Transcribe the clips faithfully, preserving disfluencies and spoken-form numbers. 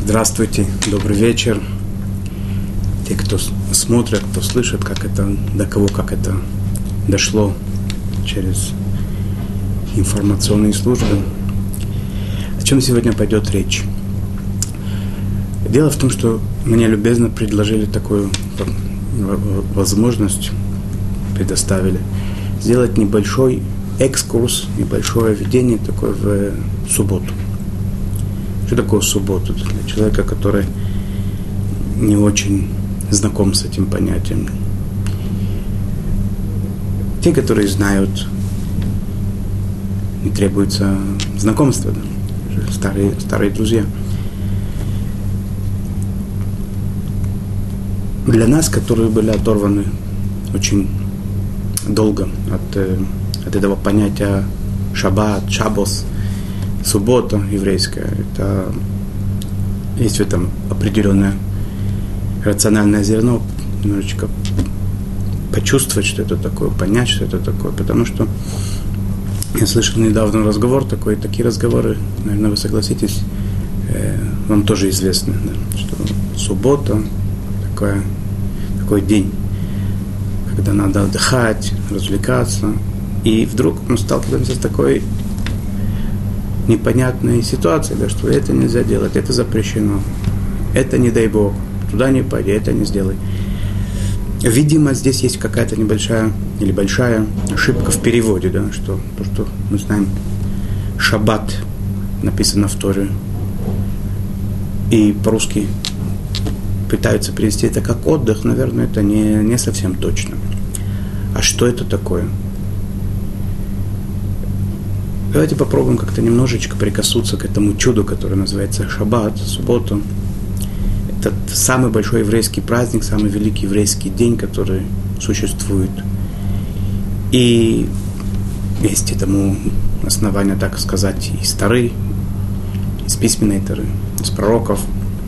Здравствуйте, добрый вечер. Те, кто смотрят, кто слышит, как это, до кого как это дошло через информационные службы. О чем сегодня пойдет речь? Дело в том, что мне любезно предложили такую возможность, предоставили, сделать небольшой экскурс, небольшое введение такое в субботу. Что такое суббота? Для человека, который не очень знаком с этим понятием. Те, которые знают, не требуется знакомства, да? старые, старые друзья. Для нас, которые были оторваны очень долго от, от этого понятия шаббат, шаббос, суббота еврейская, это есть в этом определенное рациональное зерно, немножечко почувствовать, что это такое, понять, что это такое, потому что я слышал недавно разговор такой, такие разговоры, наверное, вы согласитесь, э, вам тоже известно, да, что суббота такое, такой день, когда надо отдыхать, развлекаться, и вдруг мы сталкиваемся с такой непонятной ситуацией, да, что это нельзя делать, это запрещено, это не дай Бог, туда не пойди, это не сделай. Видимо, здесь есть какая-то небольшая или большая ошибка в переводе, да, что то, что мы знаем, шаббат написано в Торе, и по-русски пытаются перевести это как отдых, наверное, это не, не совсем точно. А что это такое? Давайте попробуем как-то немножечко прикоснуться к этому чуду, которое называется шаббат, суббота. Это самый большой еврейский праздник, самый великий еврейский день, который существует. И есть этому основания, так сказать, из Торы, из письменной Торы, из пророков,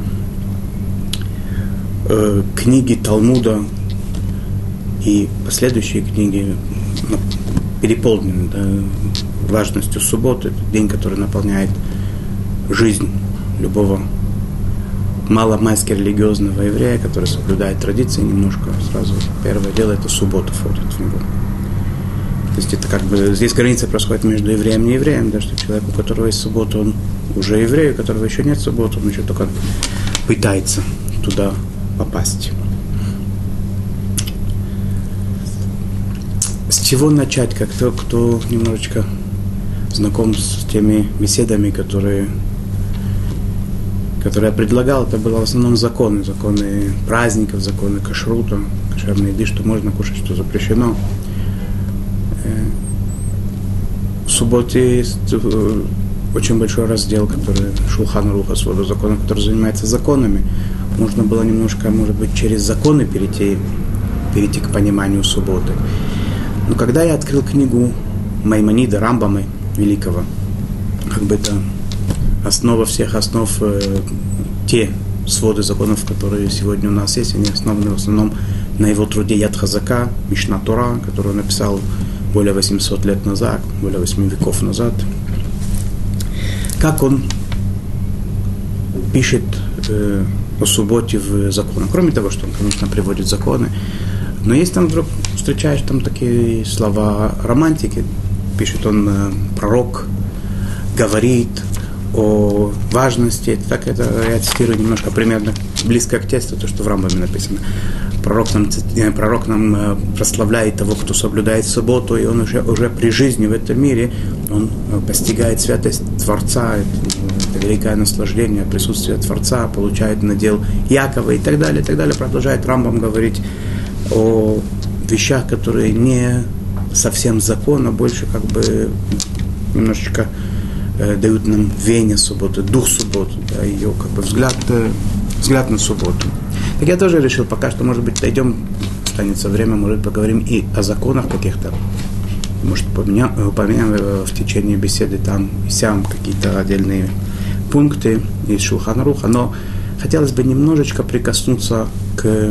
э, книги Талмуда и последующие книги переполнены, да, важностью субботы. Это день, который наполняет жизнь любого маломайски религиозного еврея, который соблюдает традиции немножко. Сразу первое дело — это суббота входит в него. То есть это как бы здесь граница происходит между евреем и неевреем, да, что человек, у которого есть суббота, он уже еврей, у которого еще нет субботы, он еще только пытается туда попасть. С чего начать, как то, кто немножечко знаком с теми беседами, которые, которые я предлагал, это было в основном законы, законы праздников, законы кашрута, кошерной еды, что можно кушать, что запрещено. В субботе есть очень большой раздел, который Шулхан Арух, свода закона, который занимается законами. Можно было немножко, может быть, через законы перейти, перейти к пониманию субботы. Но когда я открыл книгу Маймонида, Рамбама великого, как бы это основа всех основ, э, те своды законов, которые сегодня у нас есть, они основаны в основном на его труде Яд Хазака, Мишна Тора, который он написал более восемьсот лет назад, более восьми веков назад. Как он пишет э, о субботе в законах. Кроме того, что он, конечно, приводит законы, но есть там вдруг, встречаешь там такие слова романтики, пишет он, э, пророк говорит о важности, это, так, это я цитирую немножко примерно близко к тексту, то, что в Рамбаме написано. Пророк нам, пророк нам э, прославляет того, кто соблюдает субботу, и он уже, уже при жизни в этом мире, он э, постигает святость Творца, это, это великое наслаждение, присутствие Творца, получает надел Якова и так далее, и так далее. Продолжает Рамбам говорить о вещах, которые не совсем закон, а больше как бы немножечко э, дают нам веяние субботы, дух субботы, да, ее как бы взгляд, э, взгляд на субботу. Так я тоже решил, пока что, может быть, дойдем, останется время, может, поговорим и о законах каких-то. Может, упомянем, упомянем в течение беседы там и сям какие-то отдельные пункты из Шулхан Аруха, но хотелось бы немножечко прикоснуться к,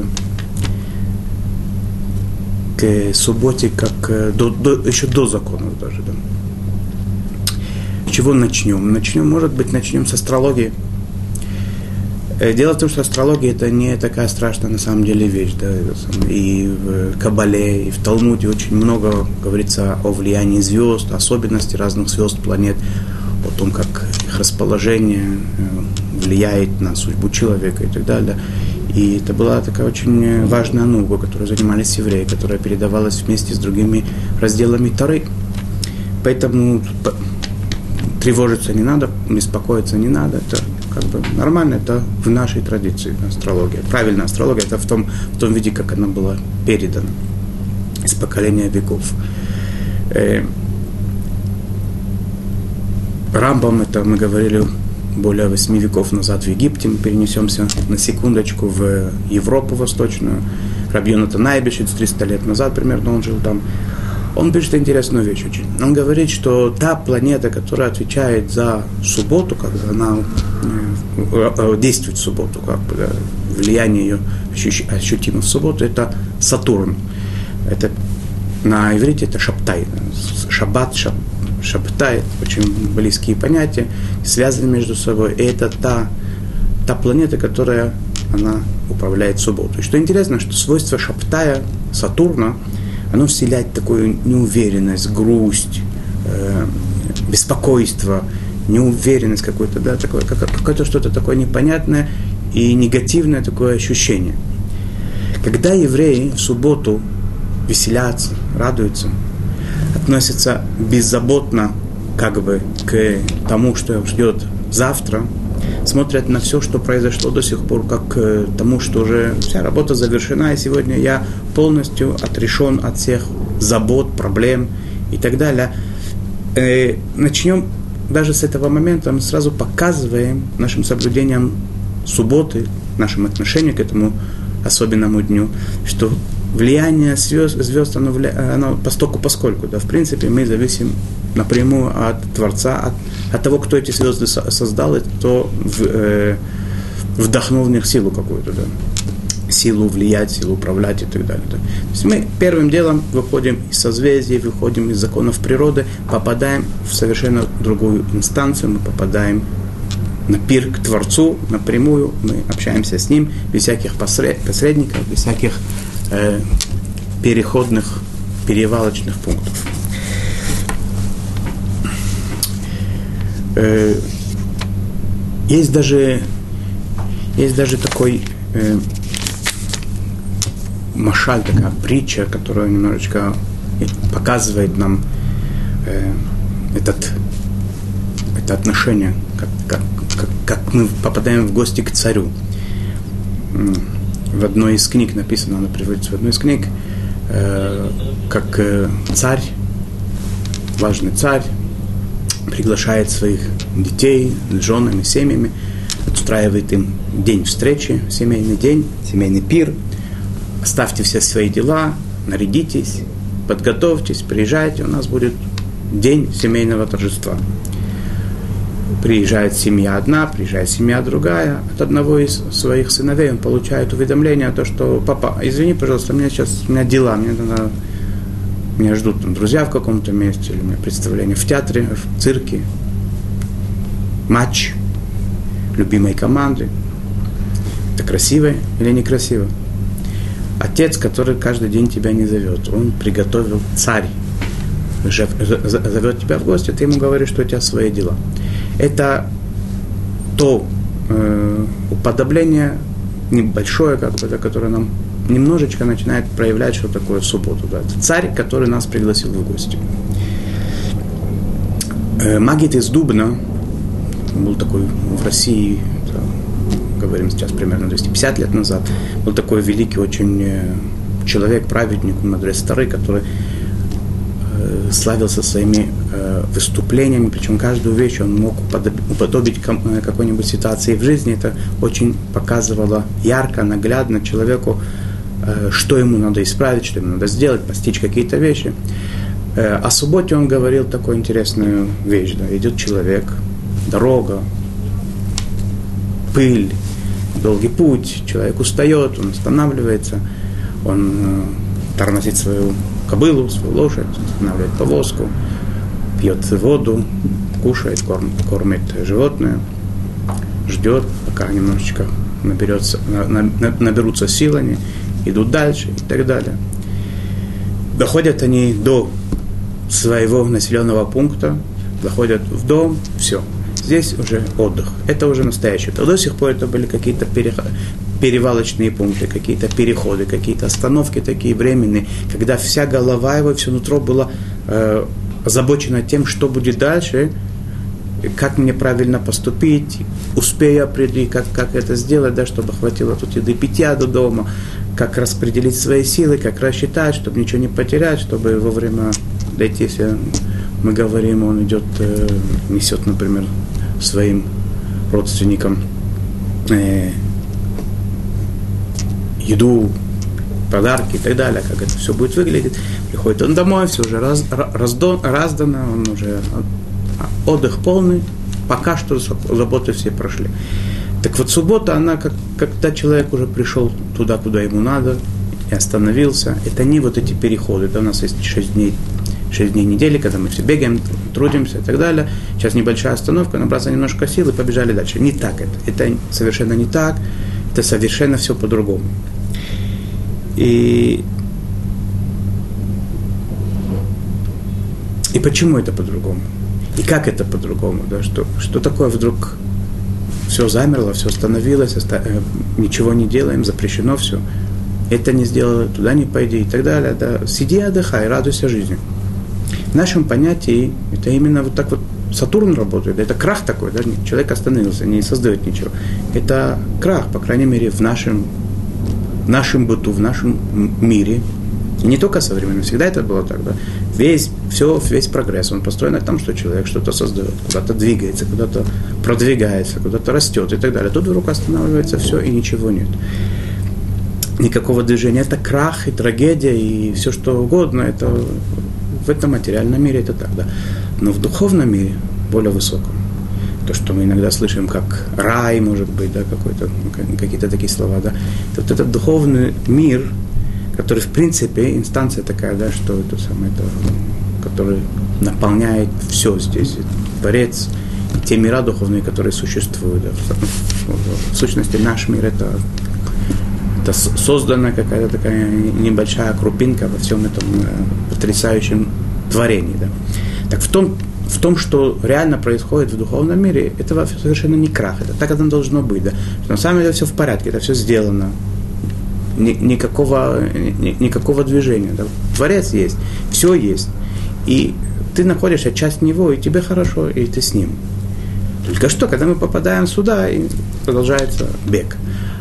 к субботе, как до, до, еще до законов даже. Да. С чего начнем? Начнем, может быть, начнем с астрологии. Дело в том, что астрология это не такая страшная на самом деле вещь. Да? И в Кабале, и в Талмуде очень много говорится о влиянии звезд, особенности разных звезд, планет, о том, как их расположение влияет на судьбу человека и так далее. И это была такая очень важная наука, которой занимались евреи, которая передавалась вместе с другими разделами Торы. Поэтому тревожиться не надо, беспокоиться не надо. Это как бы нормально, это в нашей традиции астрология. Правильная астрология это в том, в том виде, как она была передана из поколения веков. Рамбам, это мы говорили более восьми веков назад в Египте. Мы перенесемся на секундочку в Европу восточную. Раби Йонатан Айбешиц триста лет назад примерно он жил там. Он пишет интересную вещь очень. Он говорит, что та планета, которая отвечает за субботу, когда она э, действует в субботу, как бы, да, влияние ее ощущ, ощутимо в субботу, это Сатурн. Это, на иврите это Шабтай. Шаббат, шаб, Шабтай, очень близкие понятия, связаны между собой. И это та, та планета, которая она управляет субботой. Что интересно, что свойство Шабтая, Сатурна, оно вселяет такую неуверенность, грусть, э, беспокойство, неуверенность какое-то, да, такое, как, какое-то что-то такое непонятное и негативное такое ощущение. Когда евреи в субботу веселятся, радуются, относятся беззаботно как бы к тому, что их ждет завтра, смотрят на все, что произошло до сих пор, как к тому, что уже вся работа завершена, и сегодня я полностью отрешен от всех забот, проблем и так далее. Э, начнем даже с этого момента, мы сразу показываем нашим соблюдением субботы, нашим отношением к этому особенному дню, что влияние звезд, звезд оно, вля... оно постоку поскольку, да, в принципе, мы зависим напрямую от Творца, от, от того, кто эти звезды создал, и кто в, э, вдохнул в них силу какую-то, да, силу влиять, силу управлять и так далее. Да. То есть мы первым делом выходим из созвездий, выходим из законов природы, попадаем в совершенно другую инстанцию, мы попадаем на пир к Творцу напрямую, мы общаемся с Ним без всяких посредников, без всяких э, переходных, перевалочных пунктов. Э, есть даже есть даже такой э, машаль, такая притча, которая немножечко показывает нам э, этот, это отношение, как, как, как, как мы попадаем в гости к царю. В одной из книг написано, она приводится в одной из книг, э, как э, царь, важный царь, приглашает своих детей с женами, семьями, устраивает им день встречи, семейный день, семейный пир. Оставьте все свои дела, нарядитесь, подготовьтесь, приезжайте, у нас будет день семейного торжества. Приезжает семья одна, приезжает семья другая. От одного из своих сыновей он получает уведомление о том, что папа, извини, пожалуйста, у меня сейчас у меня дела, мне надо, меня ждут там друзья в каком-то месте, или у меня представление в театре, в цирке, матч любимой команды. Это красиво или некрасиво? Отец, который каждый день тебя не зовет, он приготовил, царь зовет тебя в гости, ты ему говоришь, что у тебя свои дела. Это то э, уподобление небольшое, как бы, да, которое нам немножечко начинает проявлять, что такое в субботу. Да. Это царь, который нас пригласил в гости. Э, Магит из Дубна, был такой в России, это, говорим сейчас примерно двести пятьдесят лет назад, был такой великий очень э, человек, праведник, мудрец старый, который э, славился своими э, выступлениями, причем каждую вещь он мог уподобить ком- какой-нибудь ситуации в жизни. Это очень показывало ярко, наглядно человеку, э, что ему надо исправить, что ему надо сделать, постичь какие-то вещи. Э, о субботе он говорил такую интересную вещь. Да, идет человек, дорога, пыль, долгий путь, человек устает, он останавливается, он э, тормозит свою кобылу, свою лошадь, останавливает повозку, пьет воду, кушает, корм, кормит животное, ждет, пока немножечко наберется, наберутся силами, идут дальше и так далее. Доходят они до своего населенного пункта, заходят в дом, все. Здесь уже отдых. Это уже настоящий. До сих пор это были какие-то перевалочные пункты, какие-то переходы, какие-то остановки такие временные, когда вся голова его, все нутро было э, озабочено тем, что будет дальше, как мне правильно поступить, успею определить, как, как это сделать, да, чтобы хватило тут еды питья до дома, как распределить свои силы, как рассчитать, чтобы ничего не потерять, чтобы вовремя дойти, если мы говорим, он идет, э, несет, например, своим родственникам э, еду, подарки и так далее, как это все будет выглядеть. Приходит он домой, все уже раз, раздон, раздано, он уже отдых полный, пока что заботы все прошли. Так вот, суббота, она, как, когда человек уже пришел туда, куда ему надо, и остановился, это не вот эти переходы, да, у нас есть шесть дней, шесть дней недели, когда мы все бегаем, трудимся и так далее. Сейчас небольшая остановка, набраться немножко сил и побежали дальше. Не так это. Это совершенно не так. Это совершенно все по-другому. И, и почему это по-другому? И как это по-другому? Да? Что, что такое вдруг все замерло, все остановилось, оста... ничего не делаем, запрещено все. Это не сделала, туда не пойди и так далее. Да. Сиди, отдыхай, радуйся жизни. В нашем понятии это именно вот так вот Сатурн работает, это крах такой, да? Человек остановился, не создает ничего. Это крах, по крайней мере, в нашем, в нашем быту, в нашем мире. И не только современно, всегда это было так, да? Весь, все, весь прогресс, он построен на том, что человек что-то создает, куда-то двигается, куда-то продвигается, куда-то растет и так далее. Тут вдруг останавливается все, и ничего нет. Никакого движения. Это крах и трагедия, и все что угодно, это в этом материальном мире это так, да. Но в духовном мире, более высоком, то, что мы иногда слышим, как рай, может быть, да, какой-то, какие-то такие слова, да, то вот этот духовный мир, который, в принципе, инстанция такая, да, что это самое, это, который наполняет все здесь, Творец, и те мира духовные, которые существуют, да. В сущности, наш мир это Это создана какая-то такая небольшая крупинка во всем этом потрясающем творении. Да. Так в том, в том, что реально происходит в духовном мире, это совершенно не крах. Это так оно должно быть. Да. Что на самом деле все в порядке, это все сделано. Ни, никакого, ни, никакого движения. Да. Творец есть, все есть. И ты находишься часть него, и тебе хорошо, и ты с ним. Только что, когда мы попадаем сюда, и продолжается бег.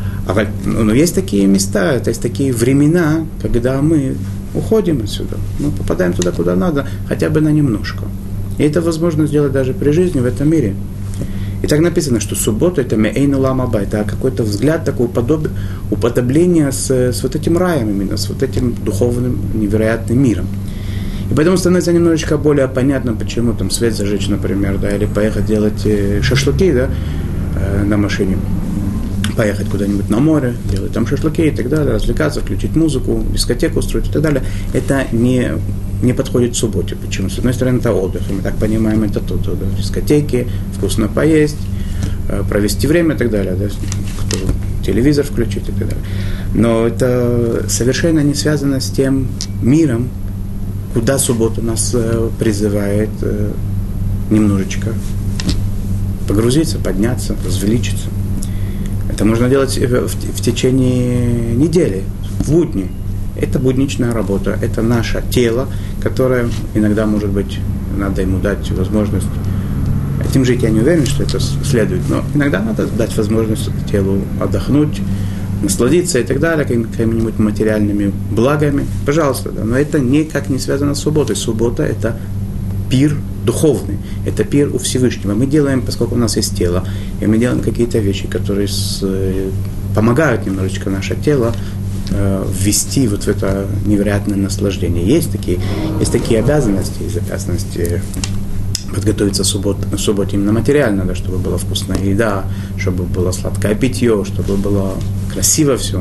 Но есть такие места, то есть такие времена, когда мы уходим отсюда, мы попадаем туда, куда надо, хотя бы на немножко. И это возможно сделать даже при жизни в этом мире. И так написано, что суббота это меэйну ламаба, это какой-то взгляд, такое уподоб... уподобление с, с вот этим раем именно, с вот этим духовным невероятным миром. И поэтому становится немножечко более понятно, почему там свет зажечь, например, да, или поехать делать шашлыки, да, на машине. Поехать куда-нибудь на море, делать там шашлыки и так далее, развлекаться, включить музыку, дискотеку устроить и так далее. Это не, не подходит к субботе. Почему? С одной стороны, это отдых. Мы так понимаем, это тут, да, дискотеки, вкусно поесть, провести время и так далее. Да, телевизор включить и так далее. Но это совершенно не связано с тем миром, куда суббота нас призывает немножечко погрузиться, подняться, возвеличиться. Это можно делать в, в течение недели, в будни. Это будничная работа, это наше тело, которое иногда, может быть, надо ему дать возможность. Этим жить я не уверен, что это следует, но иногда надо дать возможность телу отдохнуть, насладиться и так далее, какими-нибудь материальными благами. Пожалуйста, да. Но это никак не связано с субботой. Суббота – это пир духовный, это пир у Всевышнего. Мы делаем, поскольку у нас есть тело, и мы делаем какие-то вещи, которые с, помогают немножечко наше тело э, ввести вот в это невероятное наслаждение. Есть такие, есть такие обязанности, есть обязанности подготовиться к суббот, субботе именно материально, да, чтобы была вкусная еда, чтобы было сладкое питье, чтобы было красиво все,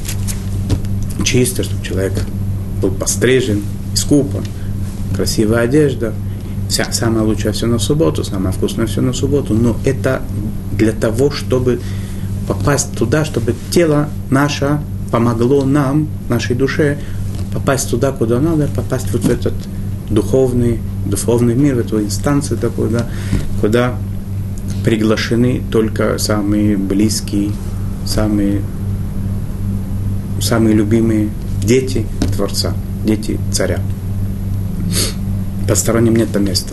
чисто, чтобы человек был пострижен, искупан, красивая одежда. Вся, самое лучшее все на субботу, самое вкусное все на субботу, но это для того, чтобы попасть туда, чтобы тело наше помогло нам, нашей душе, попасть туда, куда надо, попасть вот в этот духовный, духовный мир, в эту инстанцию такую, да, куда приглашены только самые близкие, самые, самые любимые дети Творца, дети Царя. Посторонним нет там места.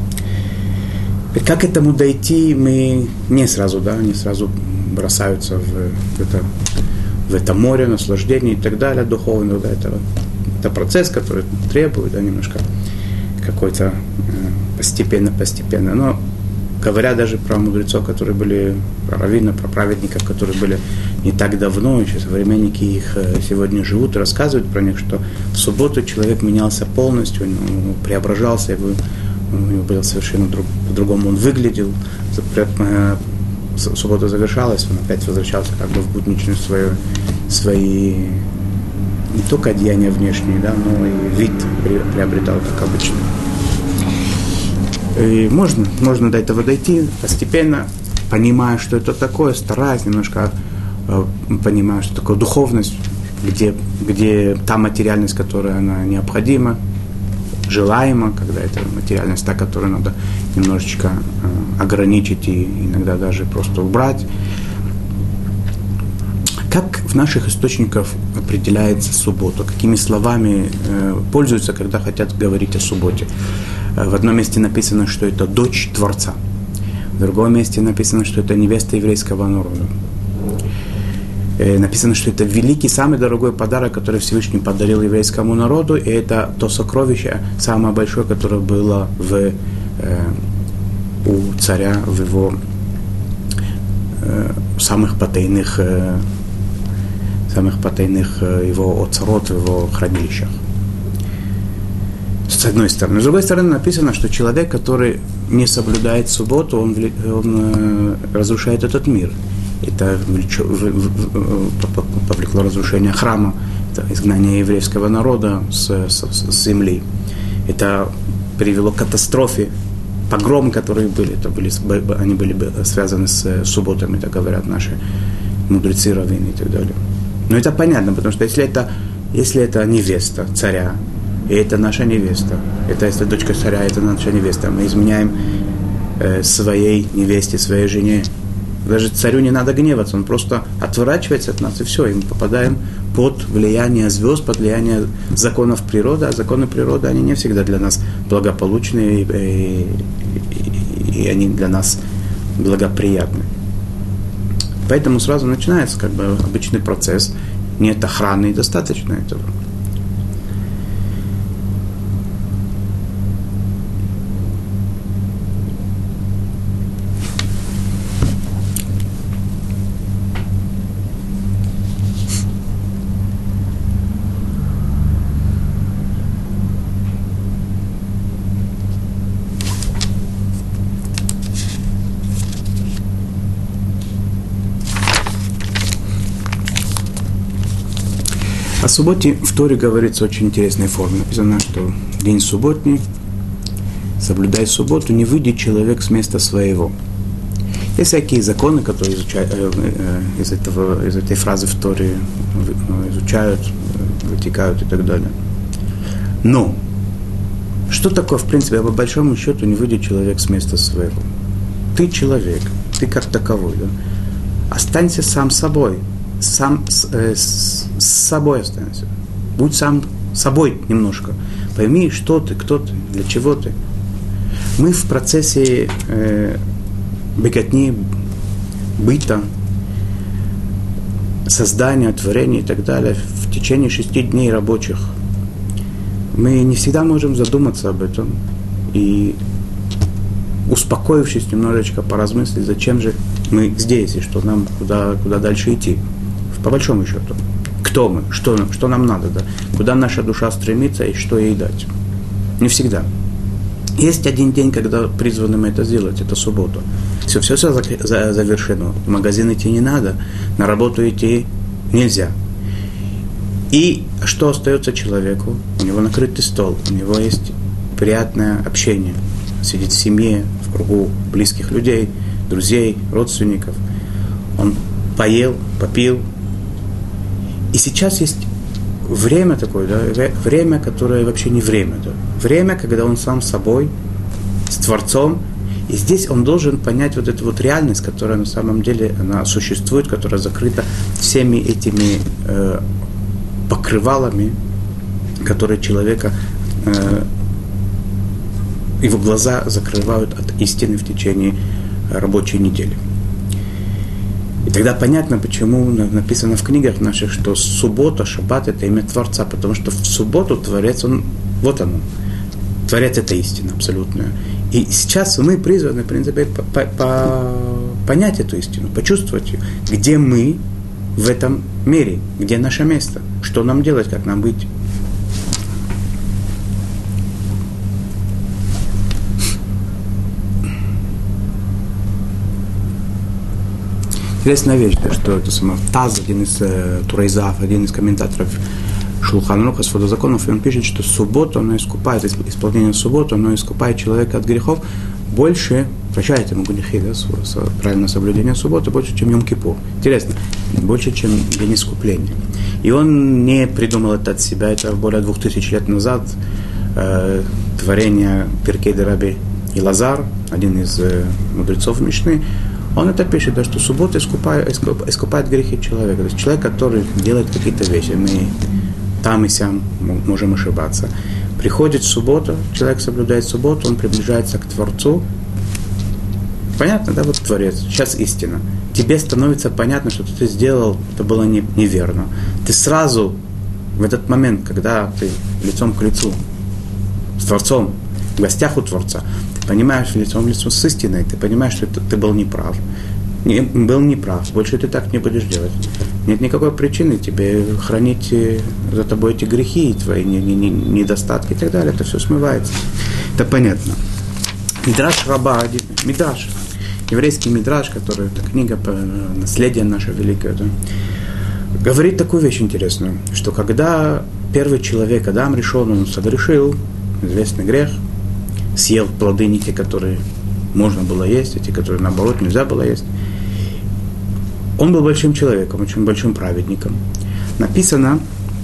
И как к этому дойти, мы не сразу, да, не сразу бросаются в, в, это, в это море наслаждений и так далее, духовного, да, это, это процесс, который требует, да, немножко какой-то э, постепенно-постепенно. Но говоря даже про мудрецов, которые были, про раввинов, про праведников, которые были не так давно, еще современники их сегодня живут и рассказывают про них, что в субботу человек менялся полностью, он преображался, его, у него было совершенно друг, по-другому он выглядел, суббота завершалась, он опять возвращался как бы в будничную свою, свои не только одеяния внешние, да, но и вид приобретал, как обычно. И можно, можно до этого дойти постепенно, понимая, что это такое, стараясь немножко э, понимая, что такое духовность, где, где та материальность, которая она необходима, желаема, когда это материальность та, которую надо немножечко э, ограничить и иногда даже просто убрать. Как в наших источниках определяется суббота? Какими словами э, пользуются, когда хотят говорить о субботе? В одном месте написано, что это дочь Творца. В другом месте написано, что это невеста еврейского народа. Э, написано, что это великий, самый дорогой подарок, который Всевышний подарил еврейскому народу, и это то сокровище, самое большое, которое было в, э, у царя в его э, самых потайных, э, самых потайных э, его оцарот, в его хранилищах. С одной стороны. С другой стороны, написано, что человек, который не соблюдает субботу, он, он э, разрушает этот мир. Это влечо, в, в, в, повлекло разрушение храма, это изгнание еврейского народа с, с, с земли. Это привело к катастрофе, погромы, которые были, это были, они были связаны с субботами, так говорят наши мудрецы, раввины и так далее. Но это понятно, потому что если это, если это невеста царя, и это наша невеста, это если дочка царя, это наша невеста, мы изменяем э, своей невесте, своей жене. Даже царю не надо гневаться, он просто отворачивается от нас, и все, и мы попадаем под влияние звезд, под влияние законов природы, а законы природы, они не всегда для нас благополучны, и, и, и, и они для нас благоприятны. Поэтому сразу начинается как бы обычный процесс, нет охраны, и достаточно этого. О субботе в Торе говорится в очень интересной форме. Написано, что день субботний, соблюдай субботу, не выйдет человек с места своего. Есть всякие законы, которые изучают, э, э, из, этого, из этой фразы в Торе э, изучают, э, вытекают и так далее. Но что такое, в принципе, по большому счету, не выйдет человек с места своего? Ты человек, ты как таковой, да? Останься сам собой. Сам с, э, с, с собой останься. Будь сам собой немножко. Пойми, что ты, кто ты, для чего ты. Мы в процессе э, беготни, быта, создания, творения и так далее в течение шести дней рабочих мы не всегда можем задуматься об этом и, успокоившись немножечко, поразмыслить, зачем же мы здесь и что нам, куда, куда дальше идти. По большому счету. Кто мы? Что, что нам надо? Да? Куда наша душа стремится и что ей дать? Не всегда. Есть один день, когда призваны мы это сделать, это суббота. Все, все, все завершено. В магазин идти не надо, на работу идти нельзя. И что остается человеку? У него накрытый стол, у него есть приятное общение. Сидит в семье, в кругу близких людей, друзей, родственников. Он поел, попил. И сейчас есть время такое, да, время, которое вообще не время. Да. Время, когда он сам с собой, с Творцом. И здесь он должен понять вот эту вот реальность, которая на самом деле она существует, которая закрыта всеми этими э, покрывалами, которые человека, э, его глаза закрывают от истины в течение рабочей недели. И тогда понятно, почему написано в книгах наших, что суббота, шаббат – это имя Творца, потому что в субботу Творец, он, вот он, Творец – это истина абсолютная. И сейчас мы призваны, в принципе, по, по, по, понять эту истину, почувствовать ее, где мы в этом мире, где наше место, что нам делать, как нам быть. Интересная вещь, да, что это сама Таз, один из э, Турайзав, один из комментаторов Шулхан Аруха, Свода законов, и он пишет, что суббота, она искупает, исполнение субботы, оно искупает человека от грехов больше, прощает ему грехи, да, правильное соблюдение субботы, больше, чем Йом-Кипур. Интересно, больше, чем день искупления. И он не придумал это от себя, это более двух тысяч лет назад, э, творение Пиркей де Раби Илазар, один из э, мудрецов Мишны, он это пишет, да, что суббота искупает, искупает грехи человека. То есть человек, который делает какие-то вещи, мы там и сям можем ошибаться. Приходит суббота, человек соблюдает субботу, он приближается к Творцу. Понятно, да, вот Творец, сейчас истина. Тебе становится понятно, что ты сделал, это было не, неверно. Ты сразу, в этот момент, когда ты лицом к лицу с Творцом, в гостях у Творца, понимаешь лицом в лицо с истиной, ты понимаешь, что это, ты был неправ. Не, был неправ, больше ты так не будешь делать. Нет никакой причины тебе хранить за тобой эти грехи, твои не, не, не, недостатки и так далее. Это все смывается. Это понятно. Мидраш Раба, Мидраш, еврейский Мидраш, который, это книга по наследию наше великое, да, говорит такую вещь интересную, что когда первый человек, Адам Ришон, он согрешил, известный грех, съел плоды не те, которые можно было есть, а те, которые, наоборот, нельзя было есть. Он был большим человеком, очень большим праведником. Написано,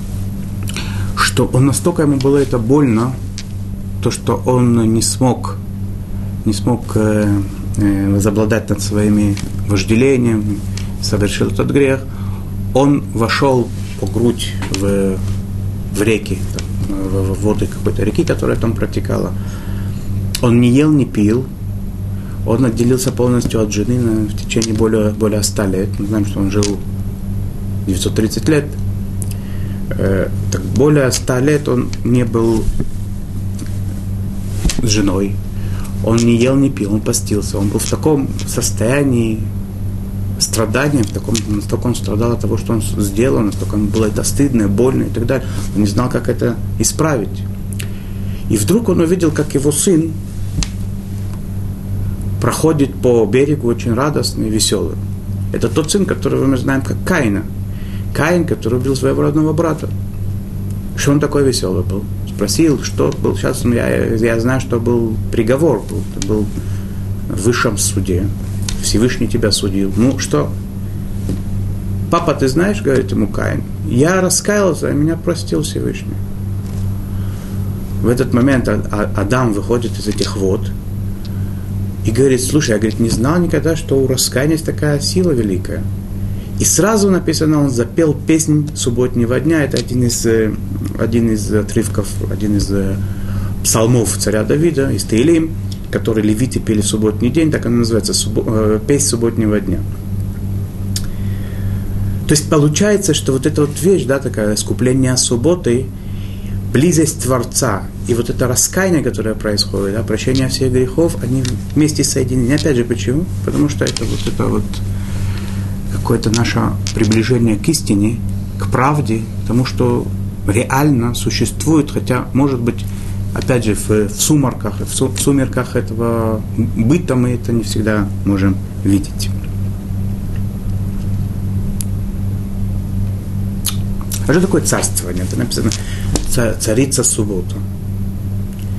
что он настолько ему было это больно, то, что он не смог, не смог э, э, возобладать над своими вожделениями, совершил этот грех. Он вошел по грудь в, в реки, там, в, в воды какой-то реки, которая там протекала. Он не ел, не пил. Он отделился полностью от жены на, в течение более, более ста лет. Мы знаем, что он жил девятьсот тридцать лет. Э, так более ста лет он не был с женой. Он не ел, не пил, он постился. Он был в таком состоянии страдания, в таком, настолько он страдал от того, что он сделал, настолько ему было это стыдно, больно и так далее. Он не знал, как это исправить. И вдруг он увидел, как его сын проходит по берегу очень радостный и веселый. Это тот сын, которого мы знаем как Каина. Каин, который убил своего родного брата. Что он такой веселый был? Спросил, что был. Сейчас я, я знаю, что был приговор. Был, ты был в высшем суде. Всевышний тебя судил. Ну что? Папа, ты знаешь, говорит ему Каин, я раскаялся, и меня простил Всевышний. В этот момент Адам выходит из этих вод и говорит, слушай, я говорит, не знал никогда, что у раскаяния есть такая сила великая. И сразу написано, он запел песнь субботнего дня. Это один из, один из отрывков, один из псалмов царя Давида, из Теилим, который левиты пели в субботний день, так она называется, суббо, песнь субботнего дня. То есть получается, что вот эта вот вещь, да, такая искупление субботы, близость Творца и вот это раскаяние, которое происходит, да, прощение всех грехов, они вместе соединены. Опять же, почему? Потому что это вот это вот какое-то наше приближение к истине, к правде, к тому, что реально существует, хотя, может быть, опять же, в, в сумерках, в, су, в сумерках этого быта мы это не всегда можем видеть. А что такое царствование? Это написано царица суббота.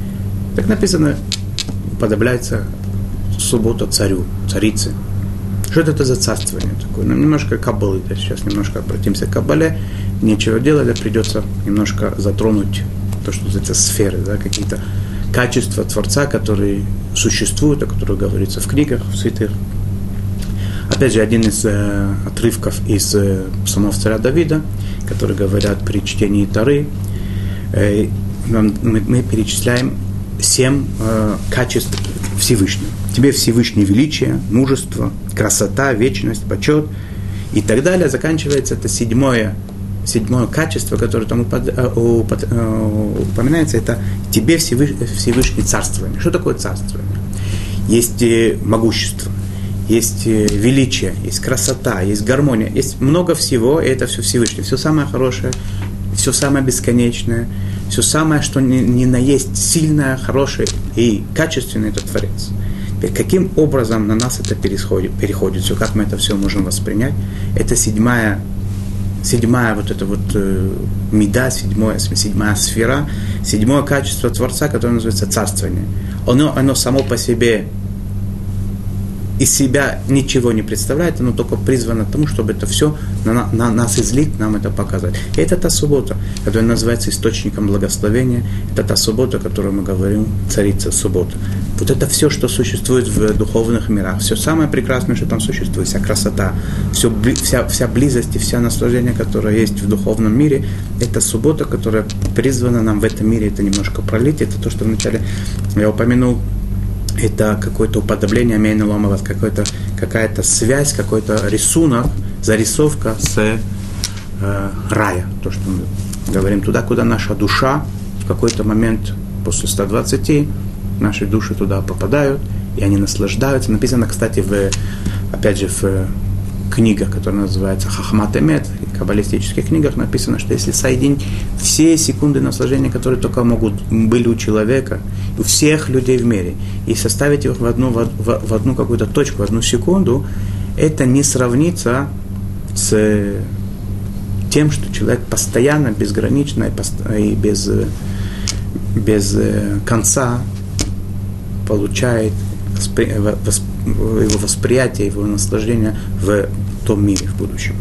Так написано, уподобляется суббота царю, царице. Что это за царствование такое? Ну, немножко каббалы. Да, сейчас немножко обратимся к каббале. Нечего делать, да, придется немножко затронуть то, что называется сферы, да, какие-то качества Творца, которые существуют, о которых говорится в книгах, в святых. Опять же, один из э, отрывков из э, псалмов царя Давида, которые говорят при чтении Торы, э, мы, мы перечисляем семь э, качеств Всевышнего. Тебе Всевышний величие, мужество, красота, вечность, почет и так далее. Заканчивается это седьмое, седьмое качество, которое там упад, упад, упоминается, это тебе Всевышний, Всевышний царствование. Что такое царствование? Есть могущество, есть величие, есть красота, есть гармония, есть много всего, и это все Всевышний. Все самое хорошее, все самое бесконечное, все самое, что ни, ни на есть сильное, хорошее и качественное, это Творец. Теперь, каким образом на нас это переходит, переходит, все, как мы это все можем воспринять, это седьмая, седьмая вот эта вот э, мида, седьмая, седьмая сфера, седьмое качество Творца, которое называется царствование. Оно, оно само по себе из себя ничего не представляет, оно только призвано к тому, чтобы это все на, на нас излить, нам это показать. И это та суббота, которая называется источником благословения, это та суббота, о которой мы говорим, царица суббота. Вот это все, что существует в духовных мирах, все самое прекрасное, что там существует, вся красота, все, вся, вся близость и вся наслаждение, которое есть в духовном мире, это суббота, которая призвана нам в этом мире это немножко пролить. Это то, что вначале я упомянул, это какое-то уподобление Амейна Ломават, какая-то связь, какой-то рисунок, зарисовка с э, рая. То, что мы говорим, туда, куда наша душа в какой-то момент после ста двадцати наши души туда попадают, и они наслаждаются. Написано, кстати, в, опять же, в книгах, которая называется Хахмат Эмет, в каббалистических книгах написано, что если соединить все секунды наслаждения, которые только могут были у человека, у всех людей в мире, и составить их в одну, в, в, в одну какую-то точку, в одну секунду, это не сравнится с тем, что человек постоянно, безгранично и без, без конца получает его восприятие, его наслаждение в том мире, в будущем.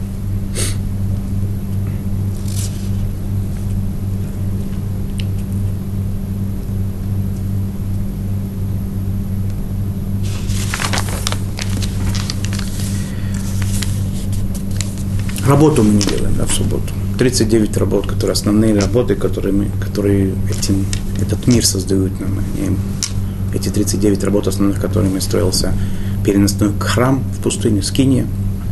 Работу мы не делаем, да, в субботу. тридцать девять работ, которые основные работы, которые, мы, которые этим, этот мир создают нам. И эти тридцать девять работ основных, которыми строился переносной храм в пустыне, скинья,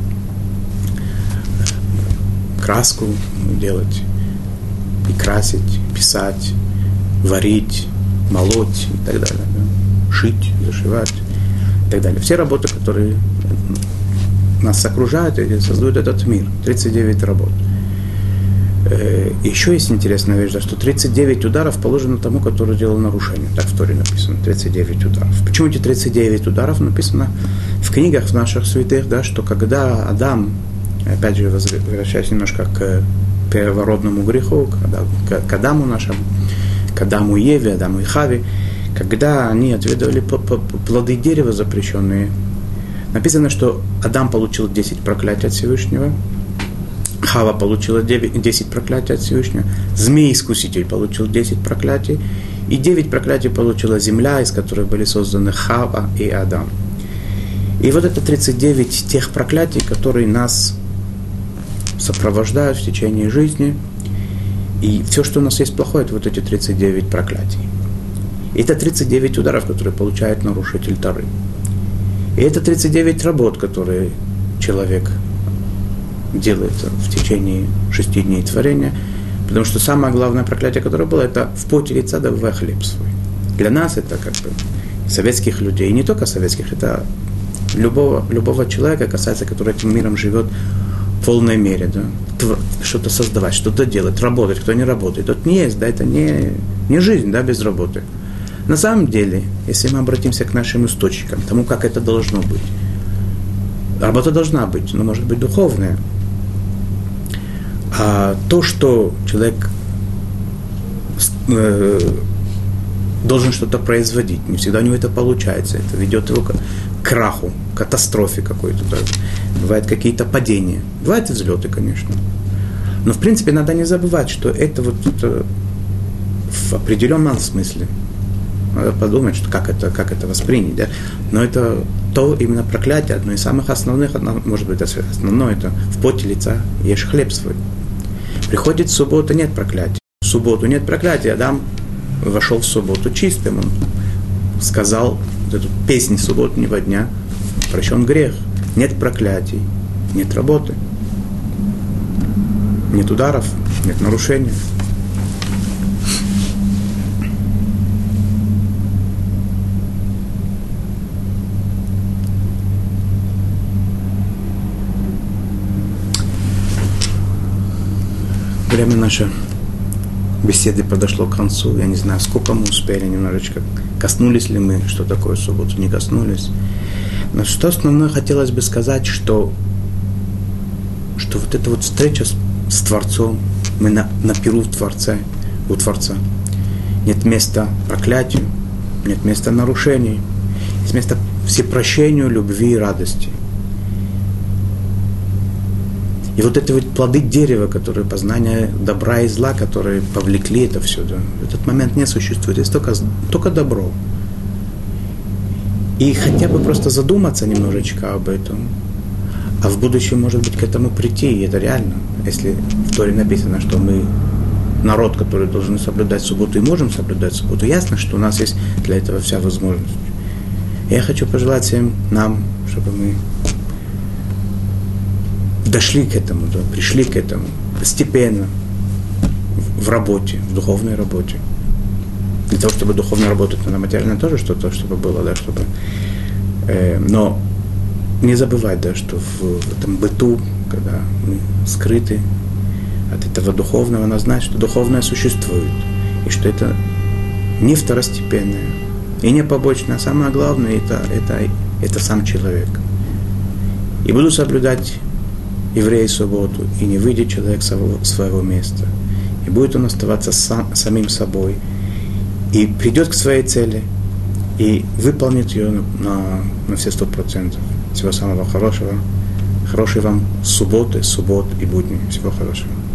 краску делать, и красить, писать, варить, молоть и так далее, да? Шить, зашивать и так далее. Все работы, которые нас окружают и создают этот мир. тридцать девять работ. Еще есть интересная вещь, да, что тридцать девять ударов положено тому, который делал нарушение. Так в Торе написано, тридцать девять ударов. Почему эти тридцать девять ударов написано в книгах в наших святых, да, что когда Адам, опять же возвращаясь немножко к первородному греху, к, к Адаму нашему, к Адаму и Еве, Адаму и Хаве, когда они отведали плоды дерева запрещенные, написано, что Адам получил десять проклятий от Всевышнего, Хава получила десять проклятий от Всевышнего, Змей-искуситель получил десять проклятий, и девять проклятий получила земля, из которой были созданы Хава и Адам. И вот это тридцать девять тех проклятий, которые нас сопровождают в течение жизни, и все, что у нас есть плохое, это вот эти тридцать девять проклятий. И это тридцать девять ударов, которые получает нарушитель Торы. И это тридцать девять работ, которые человек делает в течение шести дней творения, потому что самое главное проклятие, которое было, это в поте лица добывай хлеб свой. Для нас это как бы советских людей, и не только советских, это любого, любого человека касается, который этим миром живет в полной мере, да? Что-то создавать, что-то делать, работать, кто не работает. Тот не есть, да, это не, не жизнь, да, без работы. На самом деле, если мы обратимся к нашим источникам, тому, как это должно быть, работа должна быть, но может быть духовная. А то, что человек э, должен что-то производить, не всегда у него это получается. Это ведет его к краху, катастрофе какой-то даже. Бывают какие-то падения. Бывают и взлеты, конечно. Но, в принципе, надо не забывать, что это вот это в определенном смысле. Надо подумать, что как, это, как это воспринять. Да? Но это то именно проклятие, одно из самых основных, может быть, основное, это в поте лица ешь хлеб свой. Приходит суббота, нет проклятия. В субботу нет проклятия. Адам вошел в субботу чистым. Он сказал вот эту песню субботнего дня. Прощен грех. Нет проклятий. Нет работы. Нет ударов. Нет нарушений. Время нашей беседы подошло к концу. Я не знаю, сколько мы успели немножечко. Коснулись ли мы, что такое субботу, не коснулись. Но что основное хотелось бы сказать, что, что вот эта вот встреча с, с Творцом, мы на, на пиру в Творце, у Творца. Нет места проклятию, нет места нарушений, есть место всепрощению, любви и радости. И вот эти вот плоды дерева, которые познание добра и зла, которые повлекли это все, да, в этот момент не существует, есть только, только добро. И хотя бы просто задуматься немножечко об этом, а в будущем, может быть, к этому прийти, и это реально. Если в Торе написано, что мы народ, который должен соблюдать субботу, и можем соблюдать субботу, ясно, что у нас есть для этого вся возможность. И я хочу пожелать всем нам, чтобы мы дошли к этому, да, пришли к этому постепенно в работе, в духовной работе. Для того, чтобы духовно работать, надо материально тоже что-то, чтобы было, да, чтобы... Э, но не забывать, да, что в, в этом быту, когда мы скрыты от этого духовного, надо знать, что духовное существует, и что это не второстепенное, и не побочное, а самое главное, это, это, это сам человек. И буду соблюдать евреи субботу, и не выйдет человек с своего места. И будет он оставаться сам, самим собой. И придет к своей цели, и выполнит ее на, на, на все сто процентов. Всего самого хорошего. Хорошей вам субботы, суббот и будни. Всего хорошего.